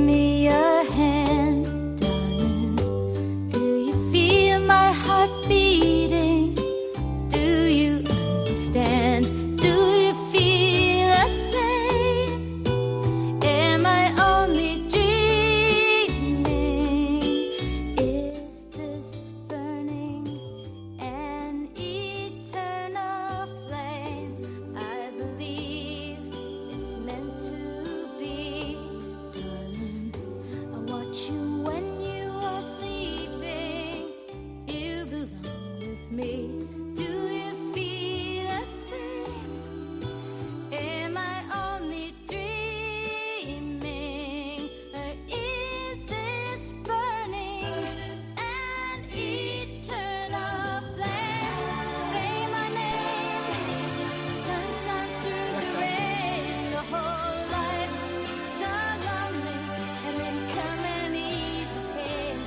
me your hand, darling. Do you feel my heart beating? Do you understand? Do you feel the same? Am I only dreaming? Is this burning an eternal flame? I believe it's meant to be, darling. I watch you when you are sleeping. You belong with me. Do you feel the same? Am I only dreaming? Or is this burning an eternal flame? Say my name. Sun shines through the rain. The whole life so lonely, and then come and ease the pain.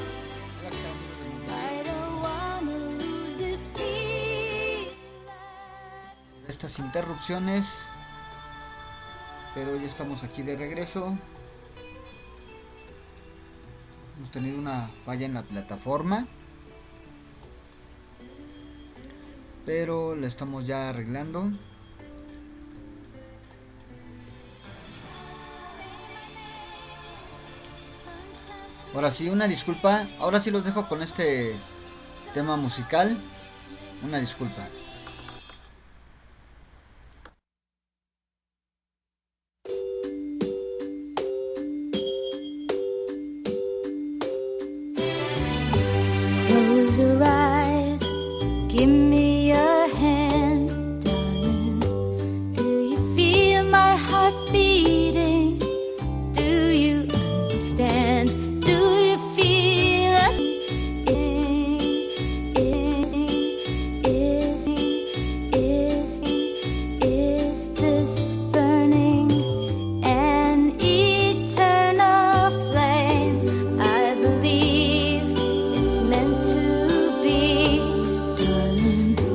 I don't wanna lose this feeling. Estas interrupciones, pero ya estamos aquí de regreso. Hemos tenido una falla en la plataforma, pero la estamos ya arreglando. Ahora sí, una disculpa. Ahora sí los dejo con este tema musical. Una disculpa. Close your eyes, give me your hand, darling. Do you feel my heart beating? Do you understand? Do you feel us? Is this burning an eternal flame? I believe it's meant to be, darling.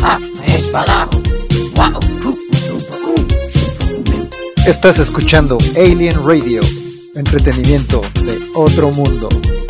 Estás escuchando Alien Radio, entretenimiento de otro mundo.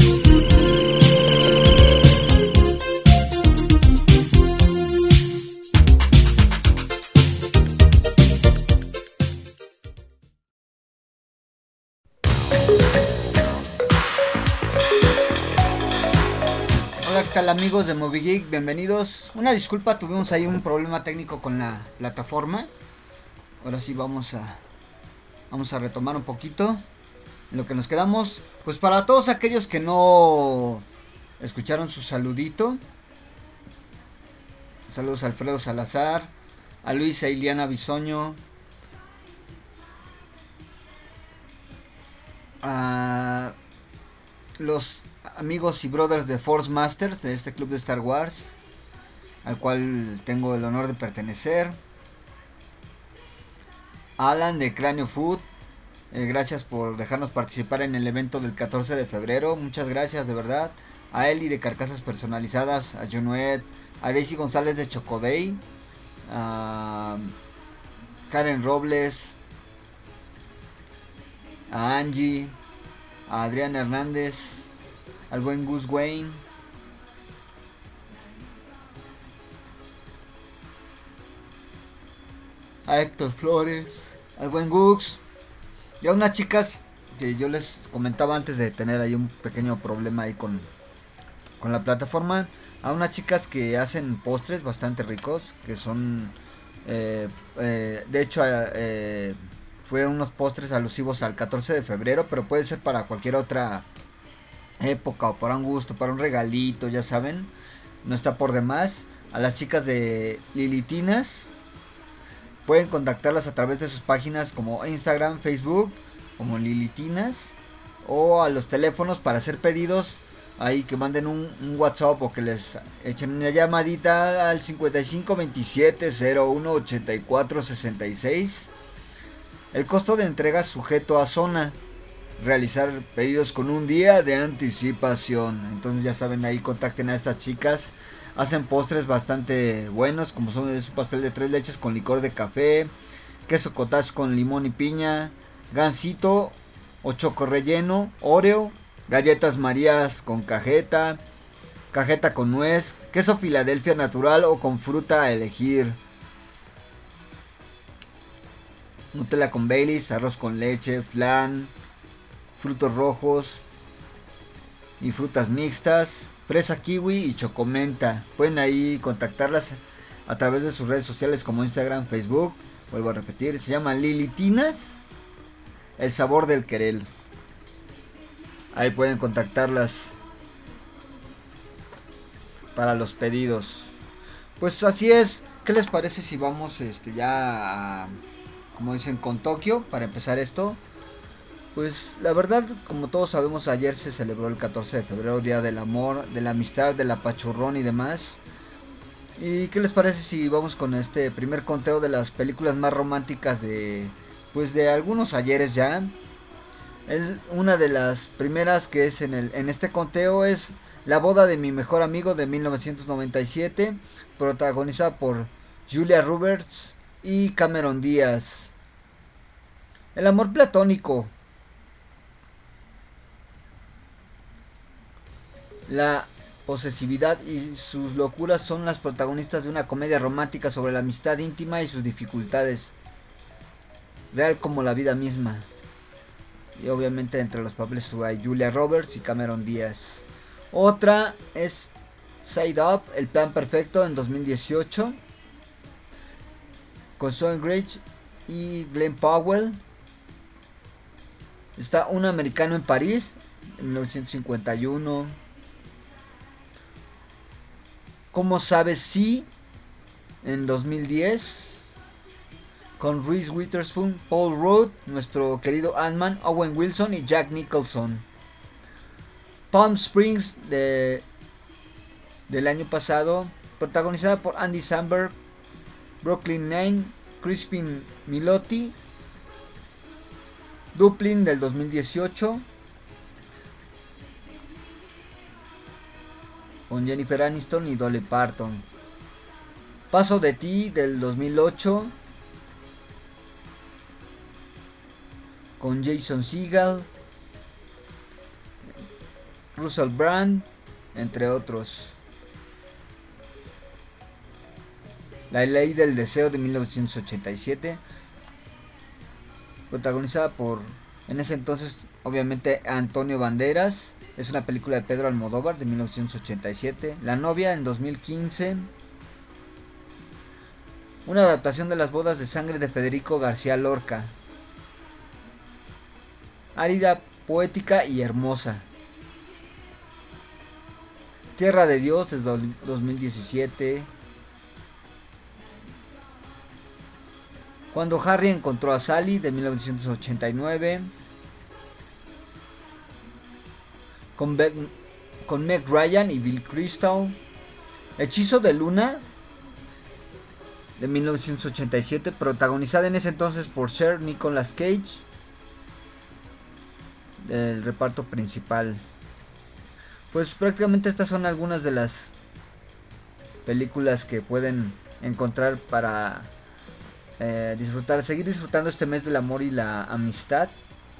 Hola, ¿qué tal amigos de Movie Geek? Bienvenidos. Una disculpa, tuvimos ahí un problema técnico con la plataforma. Ahora sí vamos a retomar un poquito en lo que nos quedamos. Pues para todos aquellos que no escucharon su saludito, saludos a Alfredo Salazar, a Luisa Iliana Bisoño, a los amigos y brothers de Force Masters, de este club de Star Wars al cual tengo el honor de pertenecer, a Alan de Cráneo Food, gracias por dejarnos participar en el evento del 14 de febrero, muchas gracias de verdad, a Eli de Carcasas Personalizadas, a Junuet, a Daisy González de Chocoday, a Karen Robles, a Angie, a Adrián Hernández, al buen Gus Wayne, a Héctor Flores, al buen Gux, y a unas chicas que yo les comentaba antes de tener ahí un pequeño problema ahí con la plataforma, a unas chicas que hacen postres bastante ricos, que son de hecho fue unos postres alusivos al 14 de febrero, pero puede ser para cualquier otra época o para un gusto, para un regalito, ya saben, no está por demás. A las chicas de Lilitinas pueden contactarlas a través de sus páginas como Instagram, Facebook, como Lilitinas, o a los teléfonos para hacer pedidos, ahí que manden un WhatsApp o que les echen una llamadita al 55 27 01 84 66. El costo de entrega sujeto a zona. Realizar pedidos con un día de anticipación. Entonces ya saben, ahí contacten a estas chicas. Hacen postres bastante buenos, como son un pastel de 3 leches con licor de café, queso cottage con limón y piña, gansito o choco relleno, Oreo, galletas Marías con cajeta, cajeta con nuez, queso Filadelfia natural o con fruta a elegir, Nutella con Baileys, arroz con leche, flan, frutos rojos y frutas mixtas, fresa kiwi y chocomenta. Pueden ahí contactarlas a través de sus redes sociales como Instagram, Facebook. Vuelvo a repetir, se llaman Lilitinas, el sabor del querer. Ahí pueden contactarlas para los pedidos. Pues así es. ¿Qué les parece si vamos ya a, como dicen, con Tokio para empezar esto? Pues la verdad, como todos sabemos, ayer se celebró el 14 de febrero, Día del Amor, de la Amistad, del apachurrón y demás. ¿Y qué les parece si vamos con este primer conteo de las películas más románticas de algunos ayeres ya? Es una de las primeras que es en este conteo es La boda de mi mejor amigo de 1997, protagonizada por Julia Roberts y Cameron Díaz. El amor platónico. La posesividad y sus locuras son las protagonistas de una comedia romántica sobre la amistad íntima y sus dificultades, real como la vida misma. Y obviamente entre los papeles hay Julia Roberts y Cameron Díaz. Otra es Side Up, El plan perfecto, en 2018, con Zoe Grace y Glenn Powell. Está Un americano en París, en 1951. ¿Cómo sabes si? En 2010, con Reese Witherspoon, Paul Rudd, nuestro querido Ant-Man, Owen Wilson y Jack Nicholson. Palm Springs del año pasado, protagonizada por Andy Samberg, Brooklyn Nine, Crispin Milotti. Dublin del 2018, con Jennifer Aniston y Dolly Parton. Paso de ti del 2008 con Jason Segel, Russell Brand, entre otros. La ley del deseo de 1987, protagonizada por, en ese entonces, obviamente, Antonio Banderas. Es una película de Pedro Almodóvar de 1987. La novia en 2015. Una adaptación de Las bodas de sangre de Federico García Lorca. Árida, poética y hermosa. Tierra de Dios desde 2017. Cuando Harry encontró a Sally de 1989. Con Meg Ryan y Bill Crystal. Hechizo de Luna de 1987, protagonizada en ese entonces por Cher, Nicolas Cage, el reparto principal. Pues prácticamente estas son algunas de las películas que pueden encontrar para seguir disfrutando este mes del amor y la amistad,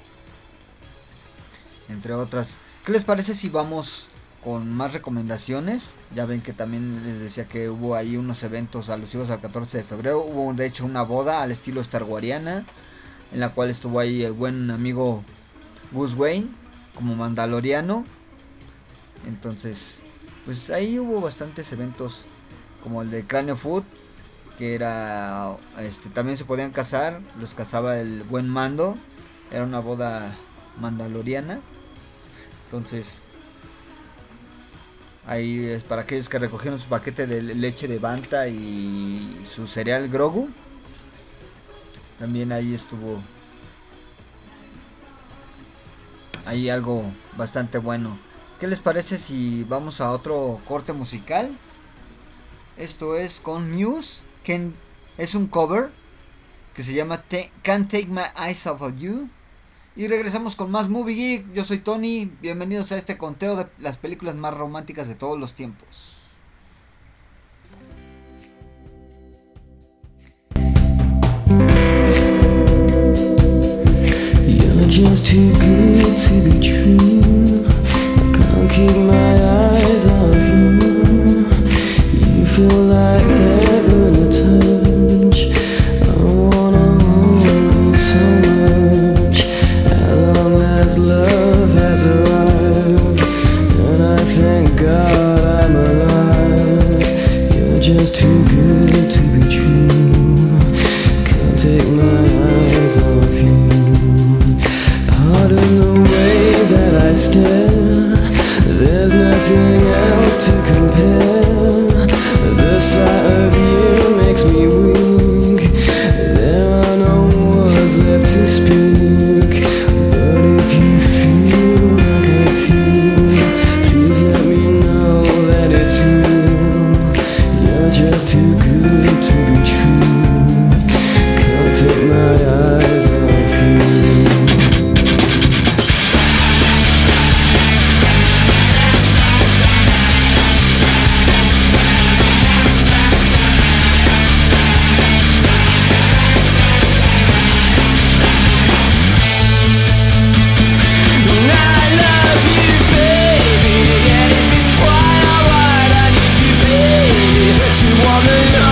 entre otras. ¿Qué les parece si vamos con más recomendaciones? Ya ven que también les decía que hubo ahí unos eventos alusivos al 14 de febrero. Hubo de hecho una boda al estilo starwariana, en la cual estuvo ahí el buen amigo Gus Wayne como mandaloriano. Entonces, pues ahí hubo bastantes eventos, como el de Cráneo Food, que era, también se podían casar, los casaba el buen Mando. Era una boda mandaloriana. Entonces, ahí es para aquellos que recogieron su paquete de leche de Banta y su cereal Grogu. También ahí estuvo ahí algo bastante bueno. ¿Qué les parece si vamos a otro corte musical? Esto es con Muse, que es un cover que se llama Can't Take My Eyes Off of You. Y regresamos con más Movie Geek. Yo soy Tony. Bienvenidos a este conteo de las películas más románticas de todos los tiempos. You're just too good to be true. I can't keep my eyes off you. You feel like heaven to touch. I wanna hold you so much. Love has arrived, and I thank God I'm alive. You're just too good to be true. Can't take my eyes off you. Pardon the way that I stare. There's nothing else to compare. The sight of you makes me weak. There are no words left to speak. Just too good to be true. Can't take my eyes off you. Woman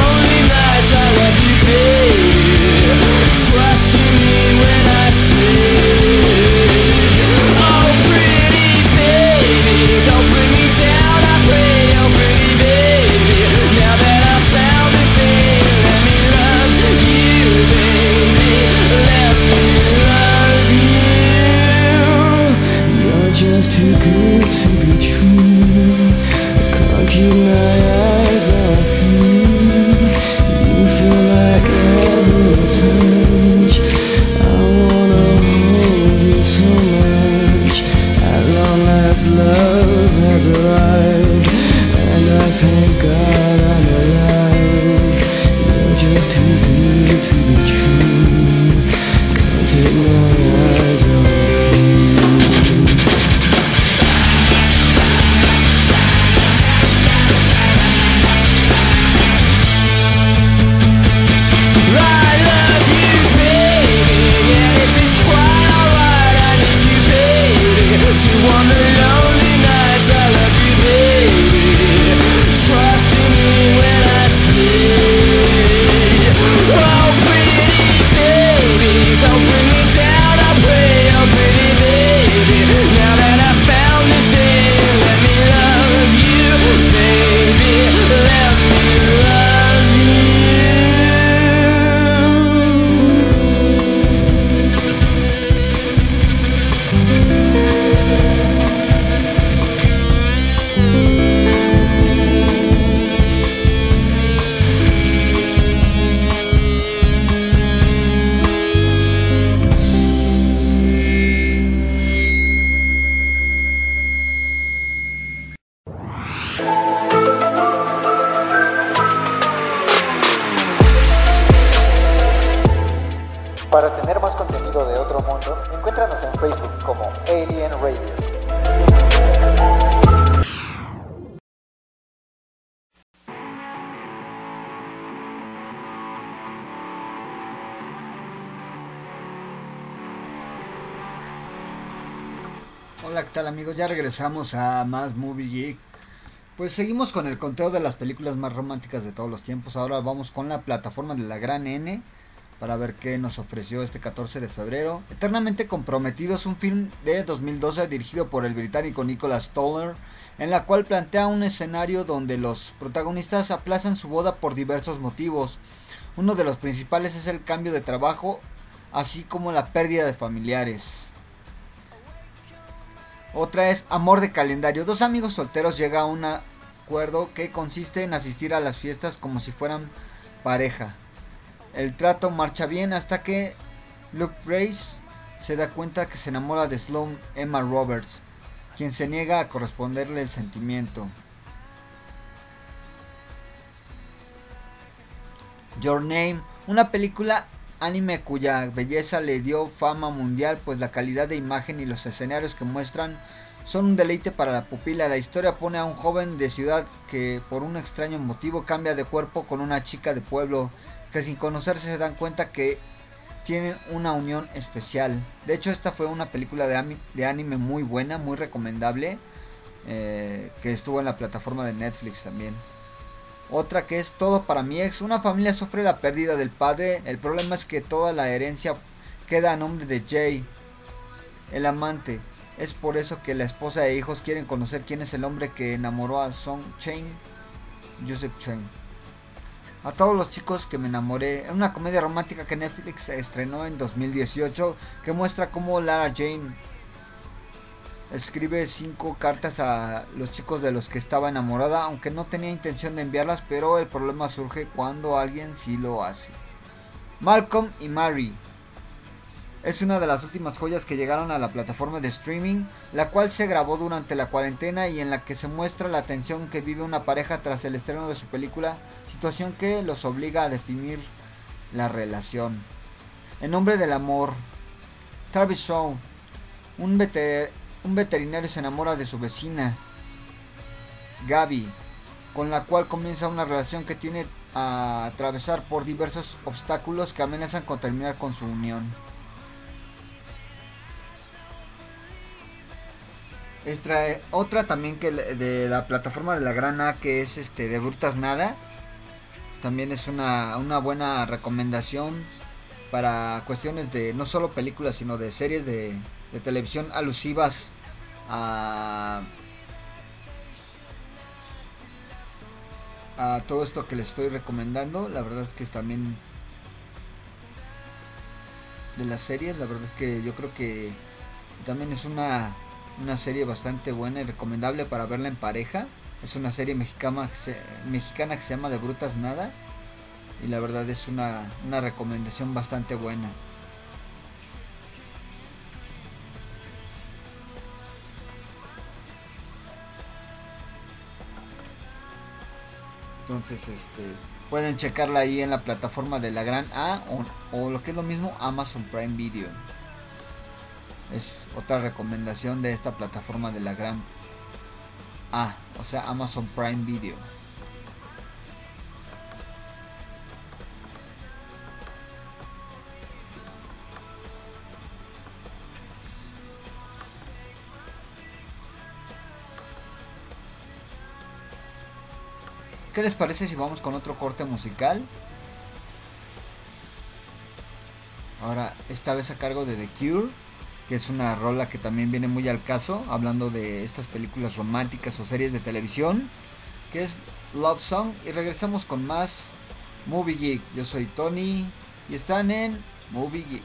Para tener más contenido de otro mundo, encuéntranos en Facebook como Alien Radio. Hola, ¿qué tal amigos? Ya regresamos a más Movie Geek. Pues seguimos con el conteo de las películas más románticas de todos los tiempos. Ahora vamos con la plataforma de la Gran N para ver qué nos ofreció este 14 de febrero. Eternamente Comprometido es un film de 2012 dirigido por el británico Nicholas Stoller, en la cual plantea un escenario donde los protagonistas aplazan su boda por diversos motivos. Uno de los principales es el cambio de trabajo, así como la pérdida de familiares. Otra es Amor de Calendario. Dos amigos solteros llegan a un acuerdo que consiste en asistir a las fiestas como si fueran pareja. El trato marcha bien hasta que Luke Brace se da cuenta que se enamora de Sloane Emma Roberts, quien se niega a corresponderle el sentimiento. Your Name, una película anime cuya belleza le dio fama mundial, pues la calidad de imagen y los escenarios que muestran son un deleite para la pupila. La historia pone a un joven de ciudad que por un extraño motivo cambia de cuerpo con una chica de pueblo, que sin conocerse se dan cuenta que tienen una unión especial. De hecho, esta fue una película de anime muy buena, muy recomendable, que estuvo en la plataforma de Netflix también. Otra que es Todo para mi ex. Una familia sufre la pérdida del padre. El problema es que toda la herencia queda a nombre de Jay, el amante. Es por eso que la esposa e hijos quieren conocer quién es el hombre que enamoró a Song Chen, Joseph Chen. A todos los chicos que me enamoré, es una comedia romántica que Netflix estrenó en 2018, que muestra cómo Lara Jane escribe 5 cartas a los chicos de los que estaba enamorada, aunque no tenía intención de enviarlas, pero el problema surge cuando alguien sí lo hace. Malcolm y Mary es una de las últimas joyas que llegaron a la plataforma de streaming, la cual se grabó durante la cuarentena y en la que se muestra la tensión que vive una pareja tras el estreno de su película, situación que los obliga a definir la relación. En nombre del amor, Travis Shaw, un veterinario, se enamora de su vecina, Gaby, con la cual comienza una relación que tiene a atravesar por diversos obstáculos que amenazan con terminar con su unión. Otra también que de la plataforma de la Gran A, que es de Brutas Nada. También es una buena recomendación para cuestiones de no solo películas, sino de series de televisión alusivas a todo esto que les estoy recomendando. La verdad es que también de las series, la verdad es que yo creo que también es una serie bastante buena y recomendable para verla en pareja. Es una serie mexicana que se llama De Brutas Nada, y la verdad es una recomendación bastante buena. Entonces pueden checarla ahí en la plataforma de la Gran A o lo que es lo mismo, Amazon Prime Video. Es otra recomendación de esta plataforma de la Gran A, o sea, Amazon Prime Video. ¿Qué les parece si vamos con otro corte musical? Ahora, esta vez a cargo de The Cure, que es una rola que también viene muy al caso, hablando de estas películas románticas o series de televisión, que es Love Song. Y regresamos con más Movie Geek. Yo soy Tony y están en Movie Geek.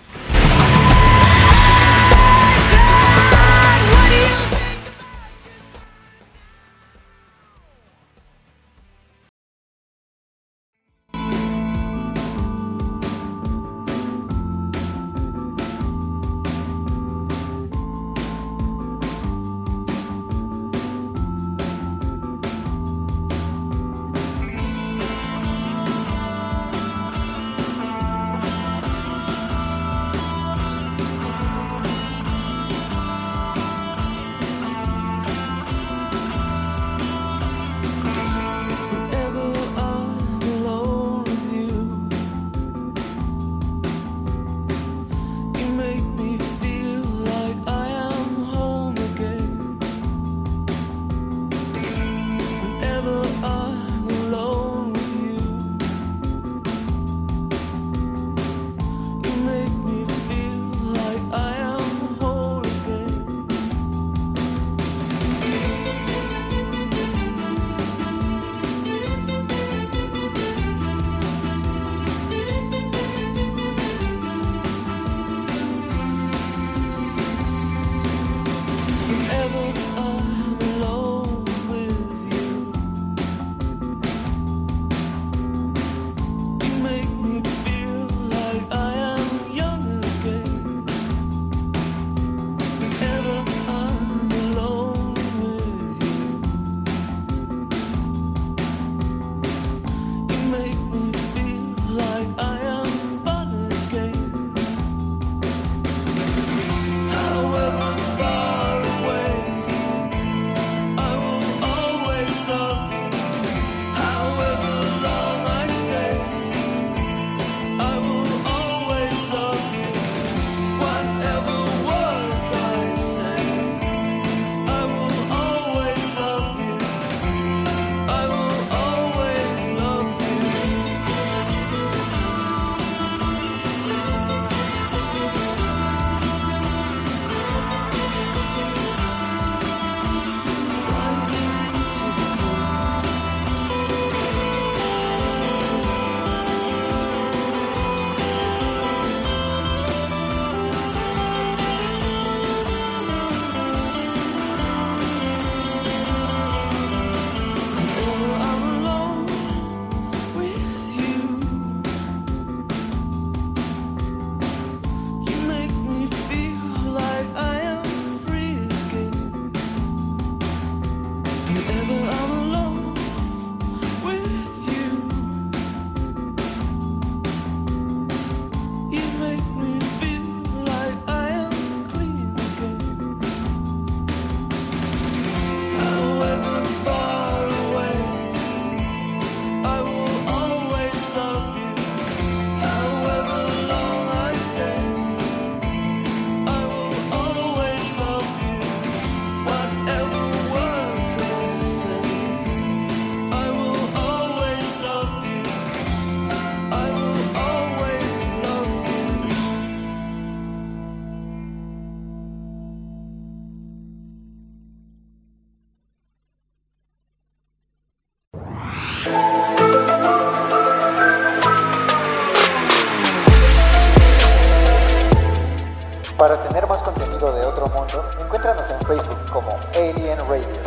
Para tener más contenido de otro mundo, encuéntranos en Facebook como Alien Radio.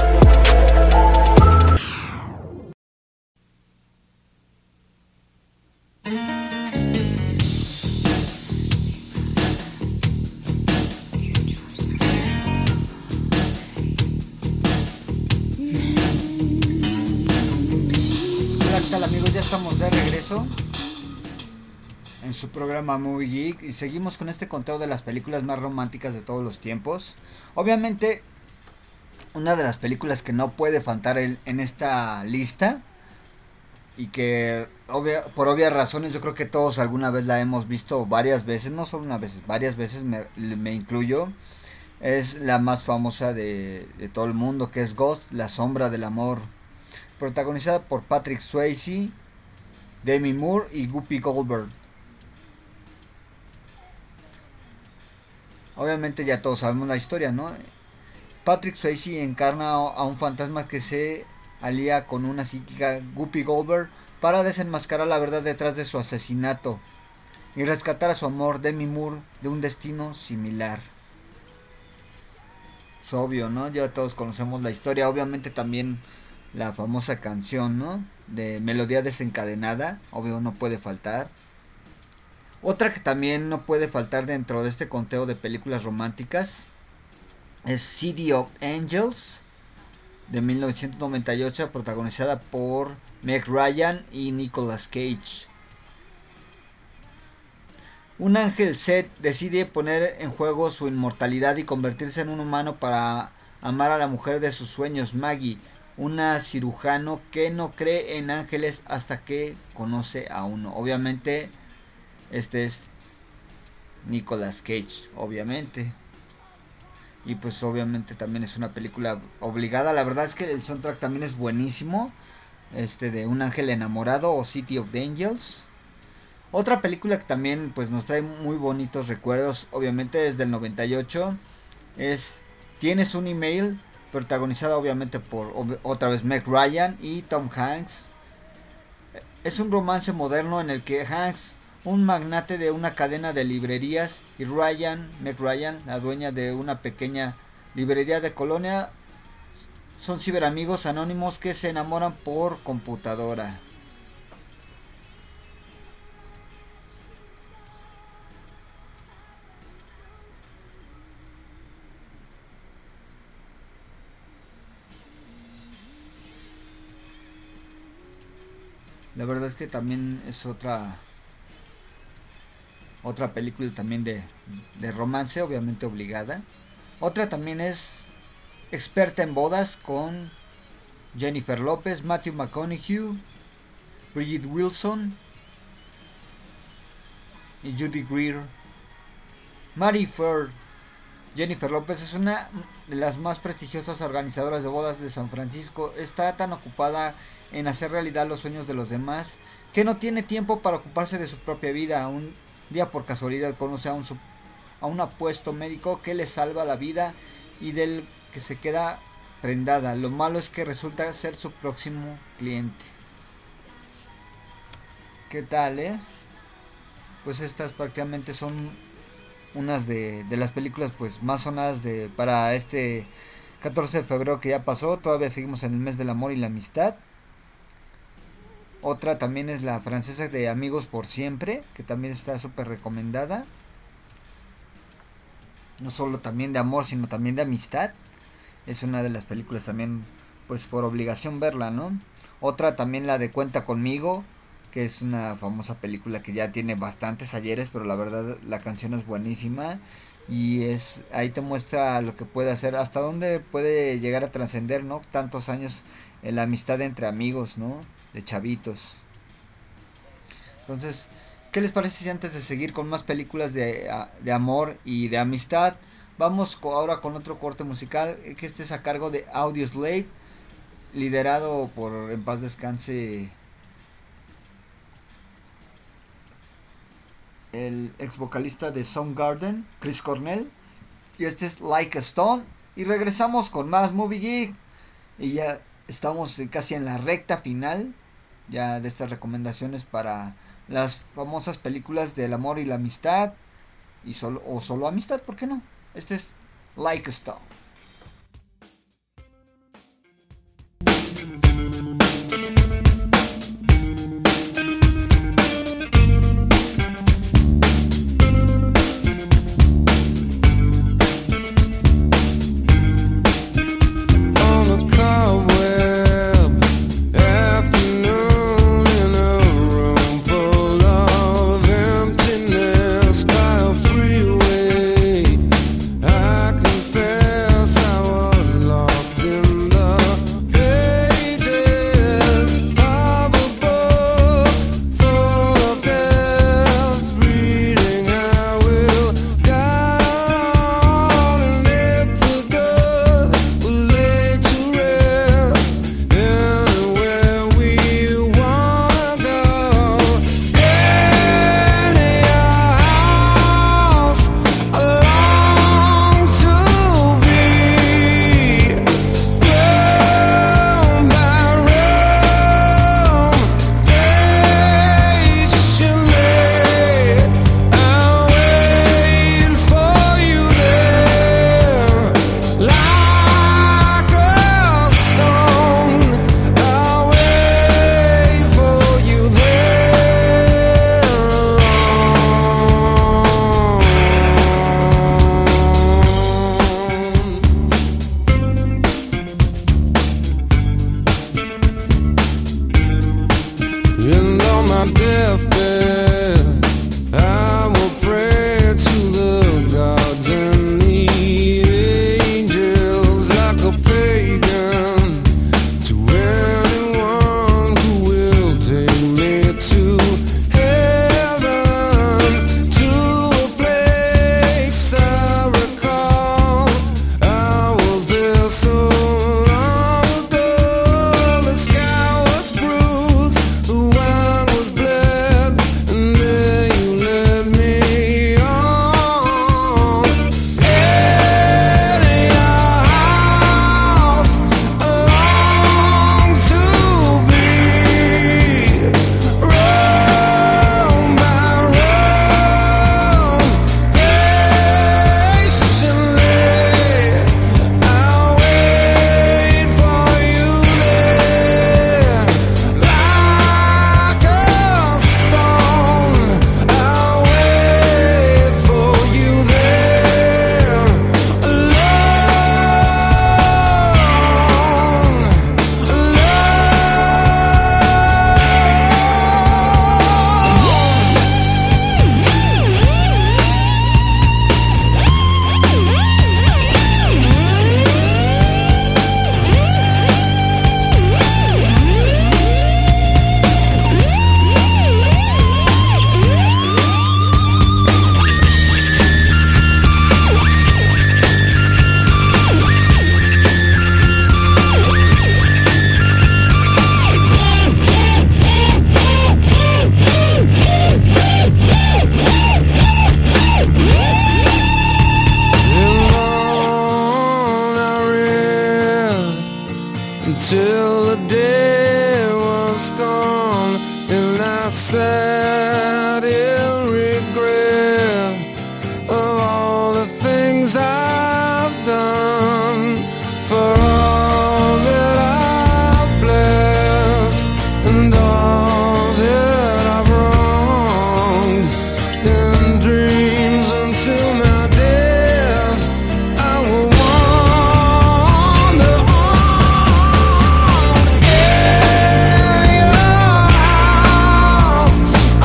Hola, ¿qué tal amigos? Ya estamos de regreso en su programa Movie Geek y seguimos con este conteo de las películas más románticas de todos los tiempos. Obviamente, una de las películas que no puede faltar en esta lista y que por obvias razones yo creo que todos alguna vez la hemos visto varias veces, no solo una vez, varias veces me incluyo, es la más famosa de todo el mundo, que es Ghost, La sombra del amor, protagonizada por Patrick Swayze, Demi Moore y Whoopi Goldberg. Obviamente ya todos sabemos la historia, ¿no? Patrick Swayze encarna a un fantasma que se alía con una psíquica, Whoopi Goldberg, para desenmascarar la verdad detrás de su asesinato y rescatar a su amor, Demi Moore, de un destino similar. Es obvio, ¿no? Ya todos conocemos la historia. Obviamente también la famosa canción, ¿no? De Melodía Desencadenada, obvio no puede faltar. Otra que también no puede faltar dentro de este conteo de películas románticas es City of Angels de 1998, protagonizada por Meg Ryan y Nicolas Cage. Un ángel Seth decide poner en juego su inmortalidad y convertirse en un humano para amar a la mujer de sus sueños, Maggie, una cirujano que no cree en ángeles hasta que conoce a uno. Obviamente este es Nicolas Cage, obviamente. Y pues obviamente también es una película obligada. La verdad es que el soundtrack también es buenísimo. De Un ángel enamorado o City of the Angels. Otra película que también pues nos trae muy bonitos recuerdos, obviamente desde el 98, es Tienes un email, protagonizada obviamente por otra vez Meg Ryan y Tom Hanks. Es un romance moderno en el que Hanks, un magnate de una cadena de librerías, y Meg Ryan, la dueña de una pequeña librería de colonia, son ciberamigos anónimos que se enamoran por computadora. La verdad es que también es otra película también de romance, obviamente obligada. Otra también es Experta en bodas con Jennifer Lopez, Matthew McConaughey, Bridget Wilson y Judy Greer. Mary Fair. Jennifer Lopez es una de las más prestigiosas organizadoras de bodas de San Francisco. Está tan ocupada en hacer realidad los sueños de los demás que no tiene tiempo para ocuparse de su propia vida. Un día por casualidad conoce a un apuesto médico que le salva la vida y del que se queda prendada. Lo malo es que resulta ser su próximo cliente. ¿Qué tal, Pues estas prácticamente son unas de las películas pues más sonadas para este 14 de febrero que ya pasó. Todavía seguimos en el mes del amor y la amistad. Otra también es la francesa de Amigos por Siempre, que también está súper recomendada. No solo también de amor, sino también de amistad. Es una de las películas también, pues por obligación verla, ¿no? Otra también la de Cuenta Conmigo, que es una famosa película que ya tiene bastantes ayeres, pero la verdad la canción es buenísima. Y ahí te muestra lo que puede hacer, hasta dónde puede llegar a trascender, ¿no? Tantos años en la amistad entre amigos, ¿no? De chavitos. Entonces, ¿qué les parece si antes de seguir con más películas de amor y de amistad, vamos ahora con otro corte musical, que este es a cargo de Audioslave, liderado por, en paz descanse, el ex vocalista de Soundgarden, Chris Cornell. Y este es Like a Stone. Y regresamos con más Movie Geek. Y ya estamos casi en la recta final ya de estas recomendaciones para las famosas películas del amor y la amistad. y solo amistad, ¿por qué no? Este es Like a Stone. Till the day was gone and I sat in regret of all the things I've done, for all that I've blessed and all that I've wronged. In dreams until my death I will wander on in your house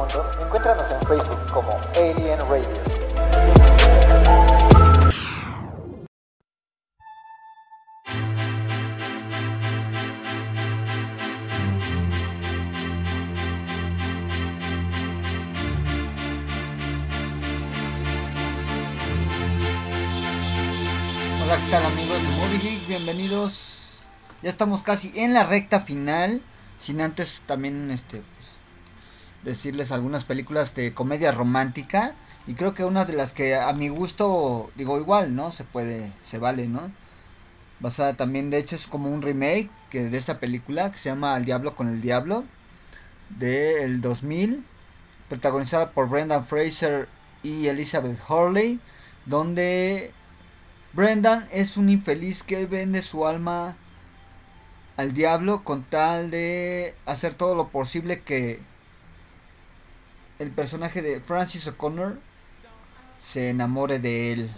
mundo, encuéntranos en Facebook como Alien Radio. Hola, ¿qué tal amigos de Movie Geek? Bienvenidos. Ya estamos casi en la recta final. Sin antes también decirles algunas películas de comedia romántica. Y creo que una de las que a mi gusto, digo igual, ¿no? Se vale, ¿no? Basada también, de hecho es como un remake de esta película que se llama Al Diablo con el Diablo. Del 2000. Protagonizada por Brendan Fraser y Elizabeth Hurley. Donde Brendan es un infeliz que vende su alma al diablo con tal de hacer todo lo posible que el personaje de Francis O'Connor se enamore de él.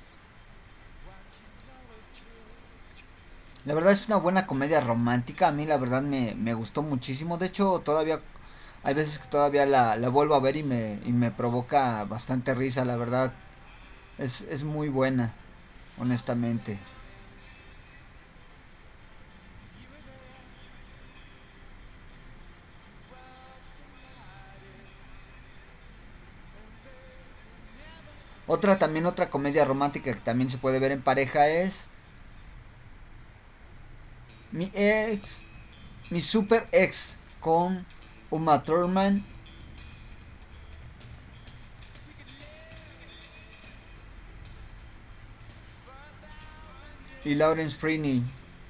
La verdad es una buena comedia romántica. A mí la verdad me gustó muchísimo. De hecho todavía hay veces que todavía la vuelvo a ver y me provoca bastante risa. La verdad es muy buena, honestamente. Otra comedia romántica que también se puede ver en pareja es Mi Super Ex con Uma Thurman y Lawrence Fishburne,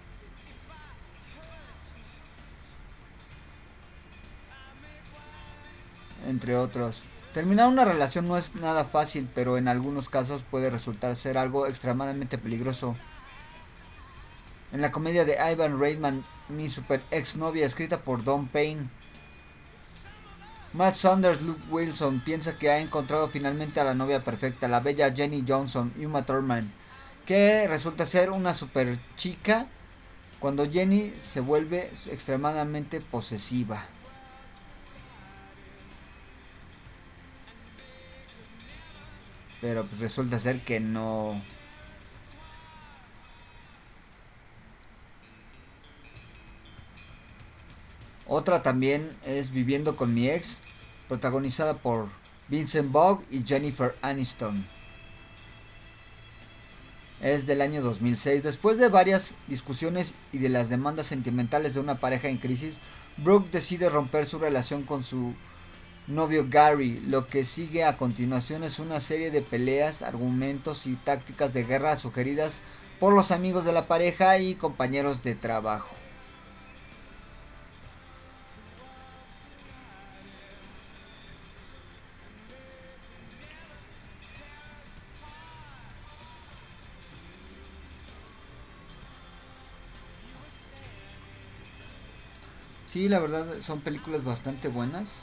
entre otros. Terminar una relación no es nada fácil, pero en algunos casos puede resultar ser algo extremadamente peligroso. En la comedia de Ivan Reitman, Mi Super Ex Novia, escrita por Don Payne, Matt Saunders, Luke Wilson piensa que ha encontrado finalmente a la novia perfecta, la bella Jenny Johnson, y Uma Thurman, que resulta ser una super chica cuando Jenny se vuelve extremadamente posesiva. Pero pues resulta ser que no. Otra también es Viviendo con mi ex, protagonizada por Vincent Vaughn y Jennifer Aniston. Es del año 2006. Después de varias discusiones y de las demandas sentimentales de una pareja en crisis, Brooke decide romper su relación con su novio Gary. Lo que sigue a continuación es una serie de peleas, argumentos y tácticas de guerra sugeridas por los amigos de la pareja y compañeros de trabajo. Sí, la verdad son películas bastante buenas.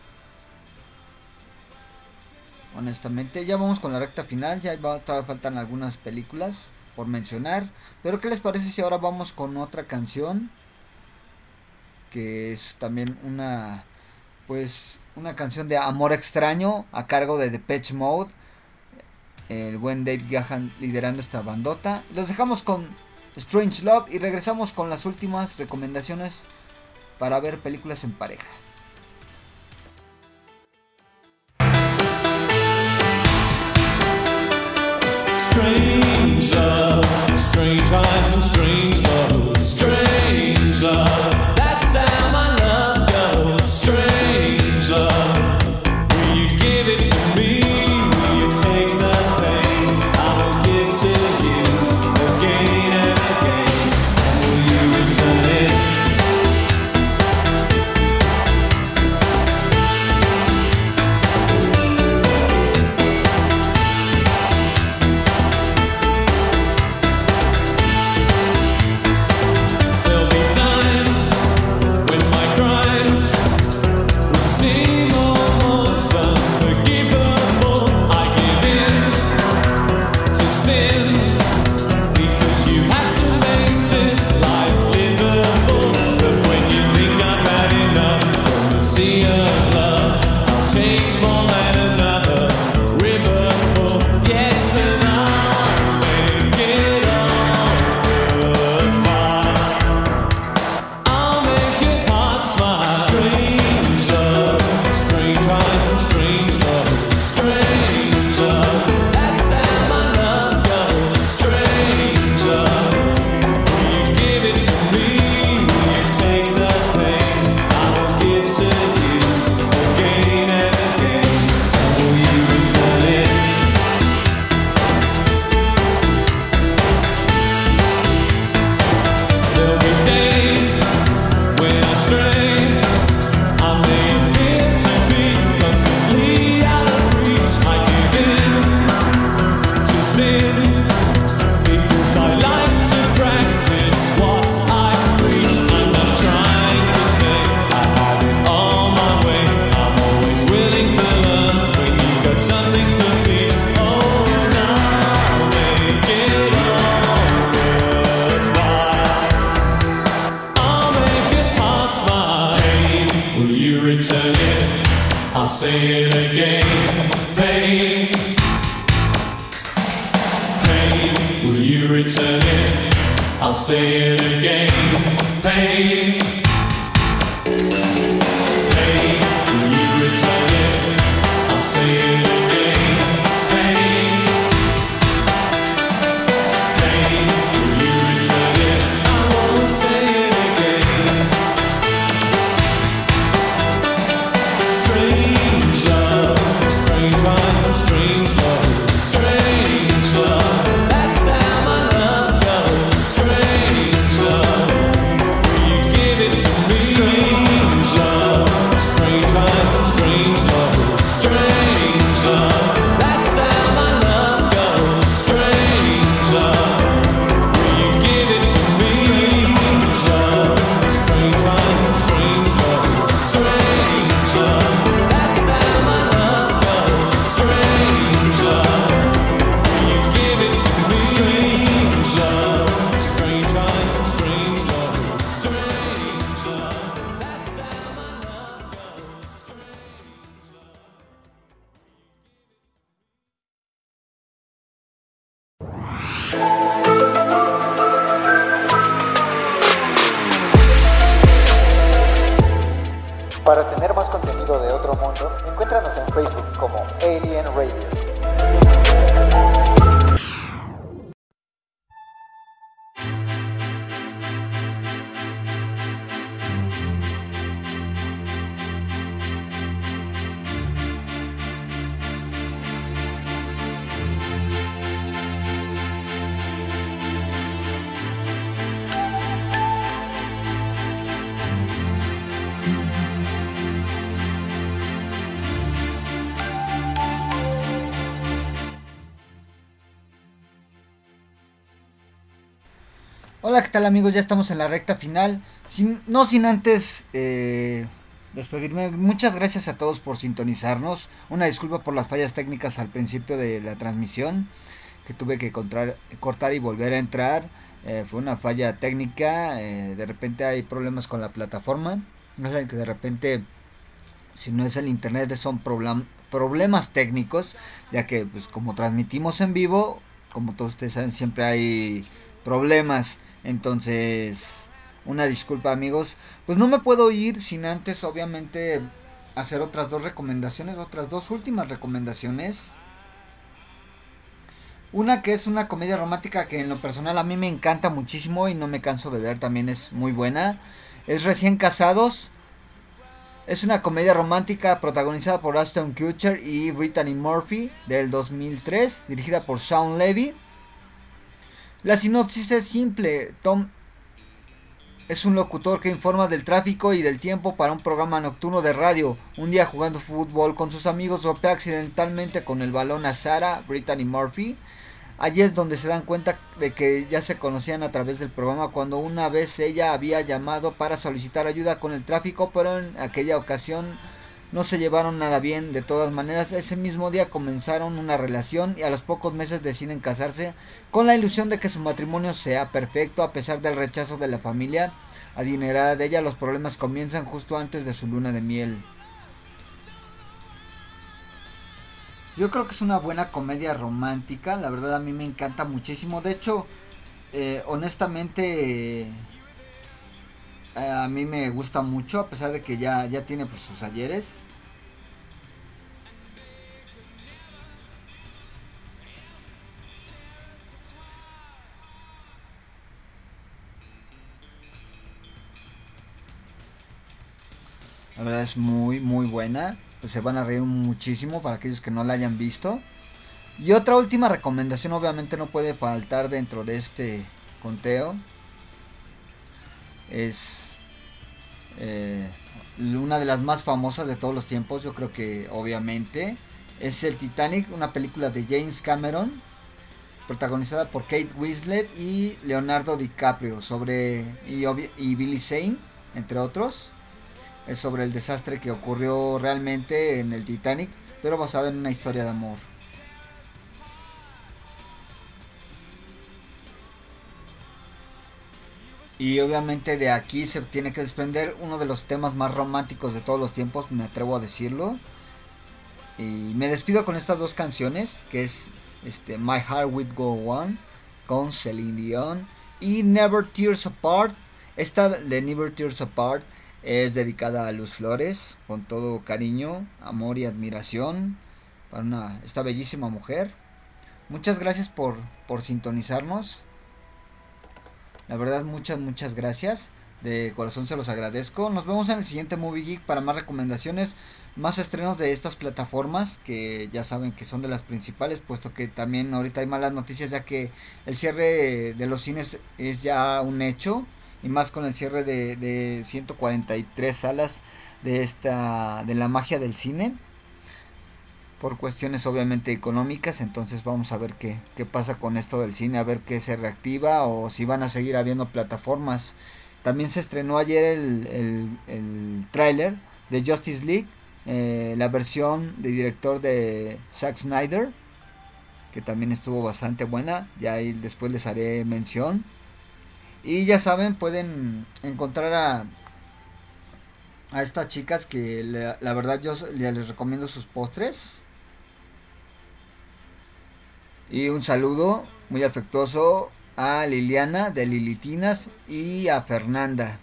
Honestamente, ya vamos con la recta final. Todavía faltan algunas películas por mencionar. Pero ¿qué les parece si ahora vamos con otra canción? Que es también una canción de amor extraño a cargo de Depeche Mode. El buen Dave Gahan liderando esta bandota. Los dejamos con Strange Love y regresamos con las últimas recomendaciones para ver películas en pareja. Strange love, strange eyes and strange love, strange love. That's how my love goes. Strange love. Will you give it to me? Will you take the pain? I will give to you again and again. And will you return it? say it again. Pain, pain, will you return it? I'll say it again. Pain, pain, will you return it? I'll say it again. Pain, pain, will you return it? I won't say it again. Strange love, strange eyes and strange love, strange love. That's how my love goes. Strange love, will you give it to me? Strange love, strange eyes and strange love, strange love. That's how my love goes. Strange love, will you give it to me? Strange love, strange eyes and strange love, strange love. That's how my love goes. Strange love, will you give it to me? Strange love, strange eyes and strange love, strange love. That's how my love goes. Strange love. Para tener más contenido de otro mundo, encuéntranos en Facebook como Alien Radio. Hola, ¿qué tal amigos? Ya estamos en la recta final. No sin antes despedirme. Muchas gracias a todos por sintonizarnos. Una disculpa por las fallas técnicas al principio de la transmisión, que tuve que cortar y volver a entrar. Fue una falla técnica. De repente hay problemas con la plataforma. No saben que de repente, si no es el internet, son problemas técnicos, ya que pues como transmitimos en vivo, como todos ustedes saben, siempre hay problemas. Entonces, una disculpa amigos. Pues no me puedo ir sin antes obviamente hacer otras dos recomendaciones, otras dos últimas recomendaciones. Una que es una comedia romántica que en lo personal a mí me encanta muchísimo y no me canso de ver, también es muy buena. Es Recién Casados. Es una comedia romántica protagonizada por Ashton Kutcher y Brittany Murphy del 2003, dirigida por Shawn Levy. La sinopsis es simple. Tom es un locutor que informa del tráfico y del tiempo para un programa nocturno de radio. Un día jugando fútbol con sus amigos golpea accidentalmente con el balón a Sarah, Brittany Murphy. Allí es donde se dan cuenta de que ya se conocían a través del programa, cuando una vez ella había llamado para solicitar ayuda con el tráfico, pero en aquella ocasión no se llevaron nada bien. De todas maneras, ese mismo día comenzaron una relación y a los pocos meses deciden casarse con la ilusión de que su matrimonio sea perfecto. A pesar del rechazo de la familia adinerada de ella, los problemas comienzan justo antes de su luna de miel. Yo creo que es una buena comedia romántica, la verdad a mí me encanta muchísimo. De hecho, honestamente, a mí me gusta mucho, a pesar de que ya tiene pues sus ayeres. La verdad es muy muy buena. Pues se van a reír muchísimo para aquellos que no la hayan visto. Y otra última recomendación obviamente no puede faltar dentro de este conteo. Es una de las más famosas de todos los tiempos, yo creo que obviamente. Es el Titanic, una película de James Cameron, protagonizada por Kate Winslet y Leonardo DiCaprio, y Billy Zane, entre otros. Es sobre el desastre que ocurrió realmente en el Titanic, pero basada en una historia de amor. Y obviamente de aquí se tiene que desprender uno de los temas más románticos de todos los tiempos, me atrevo a decirlo. Y me despido con estas dos canciones, que es My Heart Will Go On con Celine Dion y Never Tears Apart. Esta de Never Tears Apart es dedicada a Luz Flores, con todo cariño, amor y admiración para esta bellísima mujer. Muchas gracias por sintonizarnos. La verdad, muchas gracias. De corazón se los agradezco. Nos vemos en el siguiente Movie Geek para más recomendaciones, más estrenos de estas plataformas que ya saben que son de las principales, puesto que también ahorita hay malas noticias, ya que el cierre de los cines es ya un hecho, y más con el cierre de 143 salas de la magia del cine, por cuestiones obviamente económicas. Entonces vamos a ver qué pasa con esto del cine, a ver qué se reactiva o si van a seguir habiendo plataformas. También se estrenó ayer el tráiler de Justice League, la versión de director de Zack Snyder, que también estuvo bastante buena, ya ahí después les haré mención. Y ya saben, pueden encontrar a estas chicas que la verdad yo les recomiendo sus postres. Y un saludo muy afectuoso a Liliana de Lilitinas y a Fernanda.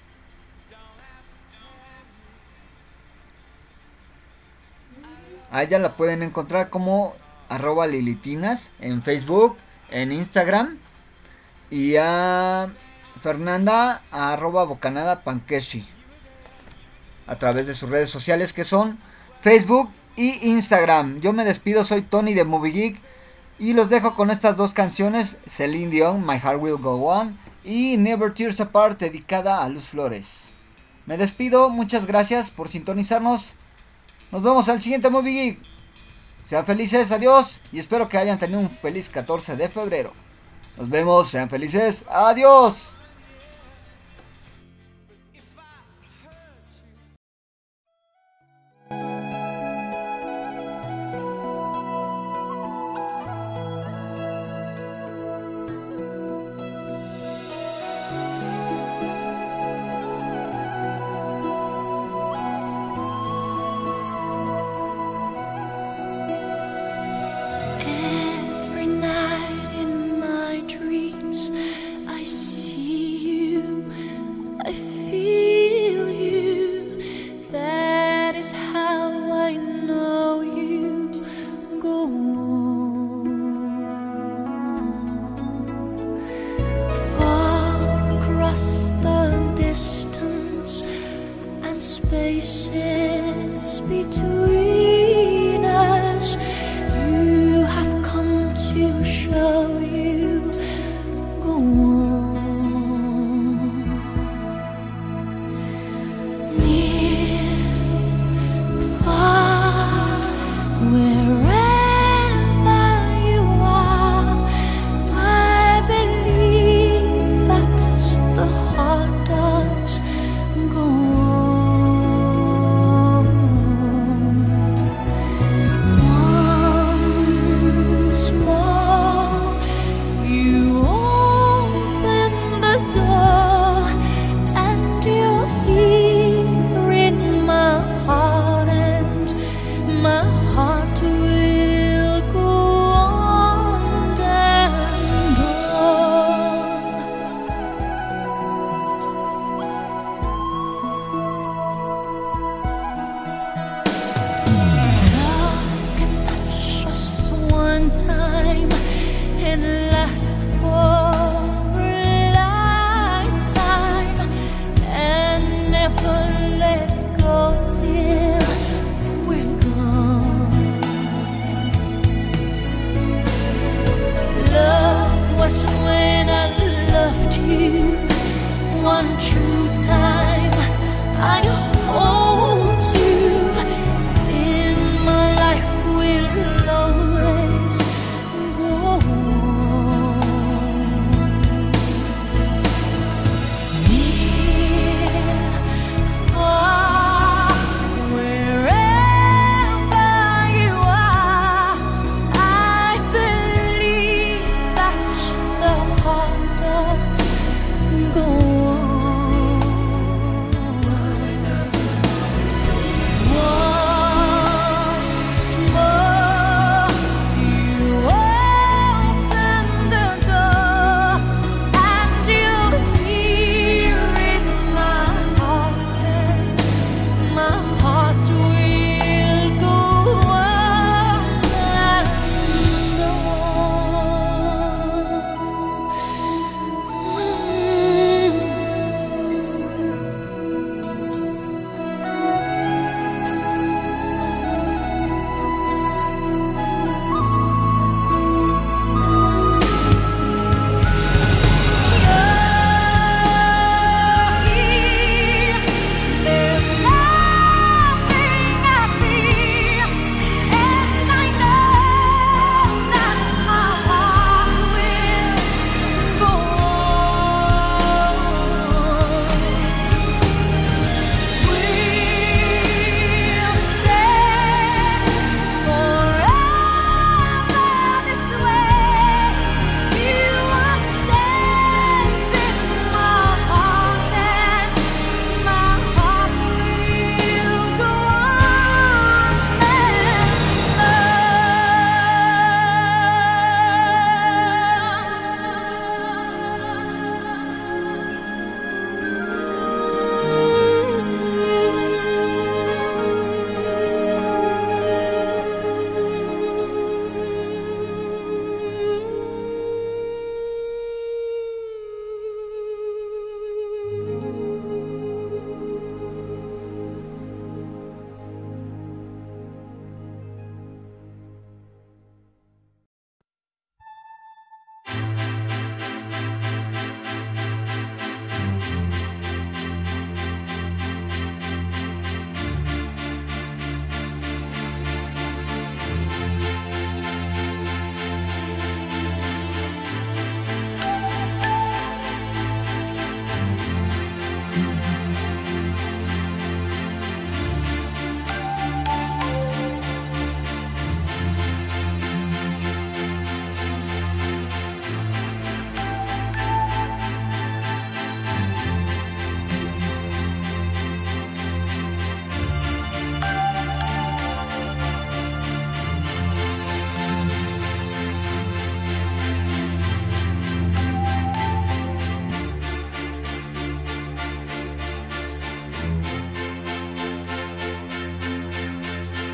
A ella la pueden encontrar como @Lilitinas en Facebook, en Instagram. Y a Fernanda a @bocanadapankeshi a través de sus redes sociales, que son Facebook y Instagram. Yo me despido, soy Tony de Movie Geek y los dejo con estas dos canciones: Celine Dion, My Heart Will Go On, y Never Tears Apart, dedicada a Luz Flores. Me despido, muchas gracias por sintonizarnos. Nos vemos al siguiente Movie Geek. Sean felices, adiós, y espero que hayan tenido un feliz 14 de febrero. Nos vemos, sean felices, adiós. Every night in my dreams I see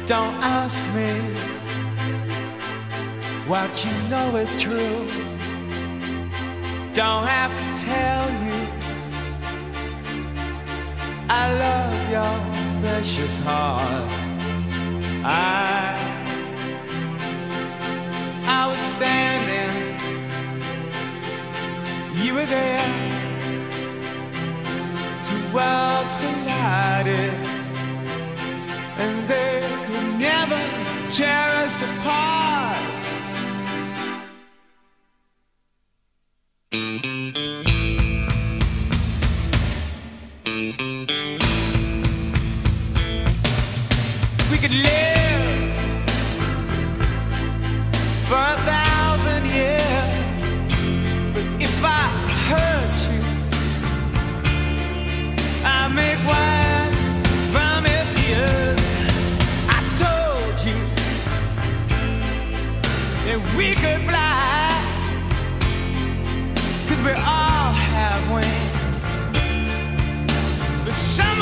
Don't ask me what you know is true. Don't have to tell you I love your precious heart. I was standing, you were there. Two worlds collided, and they could never tear us apart. We could live for 1,000 years, but if I hurt you, I make wine from your tears. I told you that we could fly, 'cause we all have wings, but some